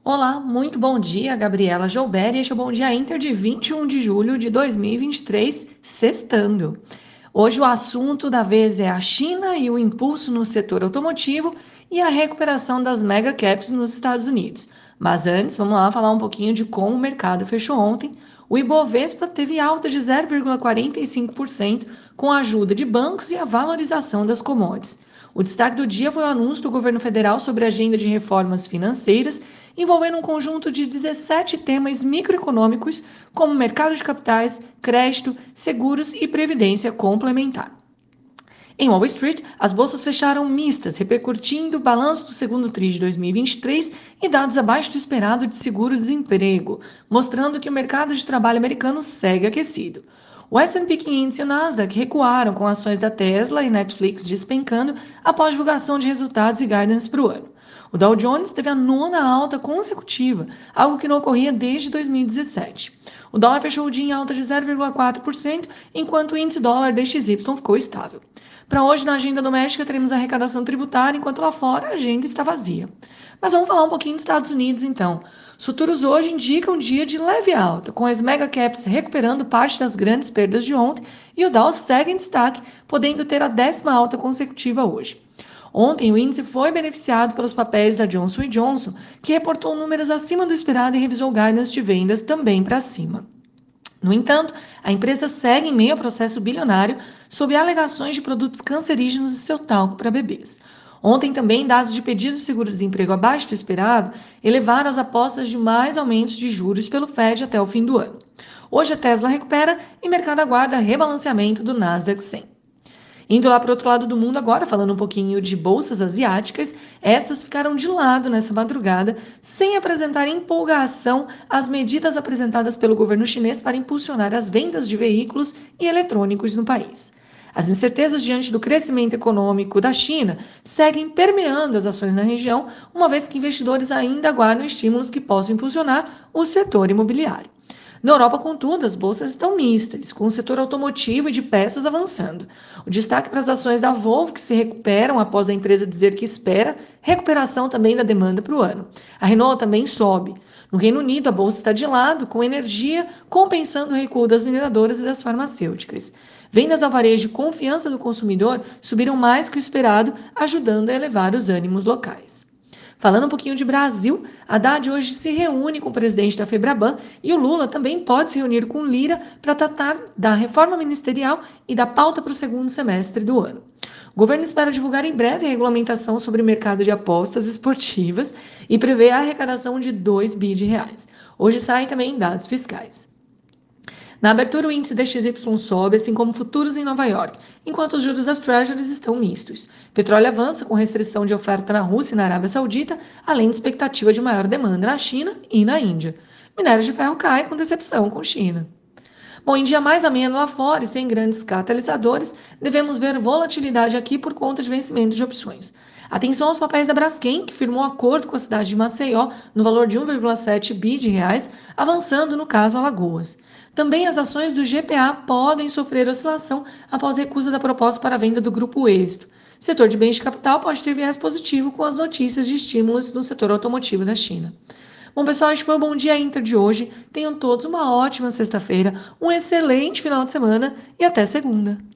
Olá, muito bom dia, Gabriela Joubert. Este é o Bom Dia Inter de 21 de julho de 2023, sextando. Hoje o assunto da vez é a China e o impulso no setor automotivo e a recuperação das mega caps nos Estados Unidos. Mas antes, vamos lá falar um pouquinho de como o mercado fechou ontem. O Ibovespa teve alta de 0,45% com a ajuda de bancos e a valorização das commodities. O destaque do dia foi o anúncio do governo federal sobre a agenda de reformas financeiras, envolvendo um conjunto de 17 temas microeconômicos, como mercado de capitais, crédito, seguros e previdência complementar. Em Wall Street, as bolsas fecharam mistas, repercutindo o balanço do segundo TRI de 2023 e dados abaixo do esperado de seguro-desemprego, mostrando que o mercado de trabalho americano segue aquecido. O S&P 500 e o Nasdaq recuaram com ações da Tesla e Netflix despencando após divulgação de resultados e guidance para o ano. O Dow Jones teve a nona alta consecutiva, algo que não ocorria desde 2017. O dólar fechou o dia em alta de 0,4%, enquanto o índice dólar DXY ficou estável. Para hoje, na agenda doméstica, teremos a arrecadação tributária, enquanto lá fora a agenda está vazia. Mas vamos falar um pouquinho dos Estados Unidos, então. Os futuros hoje indicam um dia de leve alta, com as mega caps recuperando parte das grandes perdas de ontem e o Dow segue em destaque, podendo ter a 10ª alta consecutiva hoje. Ontem, o índice foi beneficiado pelos papéis da Johnson & Johnson, que reportou números acima do esperado e revisou guidance de vendas também para cima. No entanto, a empresa segue em meio ao processo bilionário sob alegações de produtos cancerígenos e seu talco para bebês. Ontem também, dados de pedidos de seguro-desemprego abaixo do esperado elevaram as apostas de mais aumentos de juros pelo Fed até o fim do ano. Hoje a Tesla recupera e o mercado aguarda rebalanceamento do Nasdaq 100. Indo lá para o outro lado do mundo agora, falando um pouquinho de bolsas asiáticas, estas ficaram de lado nessa madrugada, sem apresentar empolgação às medidas apresentadas pelo governo chinês para impulsionar as vendas de veículos e eletrônicos no país. As incertezas diante do crescimento econômico da China seguem permeando as ações na região, uma vez que investidores ainda aguardam estímulos que possam impulsionar o setor imobiliário. Na Europa, contudo, as bolsas estão mistas, com o setor automotivo e de peças avançando. O destaque para as ações da Volvo, que se recuperam após a empresa dizer que espera recuperação também da demanda para o ano. A Renault também sobe. No Reino Unido, a bolsa está de lado, com energia compensando o recuo das mineradoras e das farmacêuticas. Vendas ao varejo e confiança do consumidor subiram mais que o esperado, ajudando a elevar os ânimos locais. Falando um pouquinho de Brasil, a Haddad hoje se reúne com o presidente da Febraban e o Lula também pode se reunir com Lira para tratar da reforma ministerial e da pauta para o segundo semestre do ano. O governo espera divulgar em breve a regulamentação sobre o mercado de apostas esportivas e prevê a arrecadação de 2 bi de reais. Hoje saem também dados fiscais. Na abertura, o índice DXY sobe, assim como futuros em Nova York, enquanto os juros das Treasuries estão mistos. Petróleo avança com restrição de oferta na Rússia e na Arábia Saudita, além de expectativa de maior demanda na China e na Índia. Minério de ferro cai com decepção com China. Bom, em dia mais ameno lá fora e sem grandes catalisadores, devemos ver volatilidade aqui por conta de vencimento de opções. Atenção aos papéis da Braskem, que firmou acordo com a cidade de Maceió no valor de 1,7 bi de reais, avançando no caso Alagoas. Também as ações do GPA podem sofrer oscilação após recusa da proposta para a venda do Grupo Êxito. Setor de bens de capital pode ter viés positivo com as notícias de estímulos no setor automotivo da China. Bom, pessoal, este foi o Bom Dia Inter de hoje. Tenham todos uma ótima sexta-feira, um excelente final de semana e até segunda.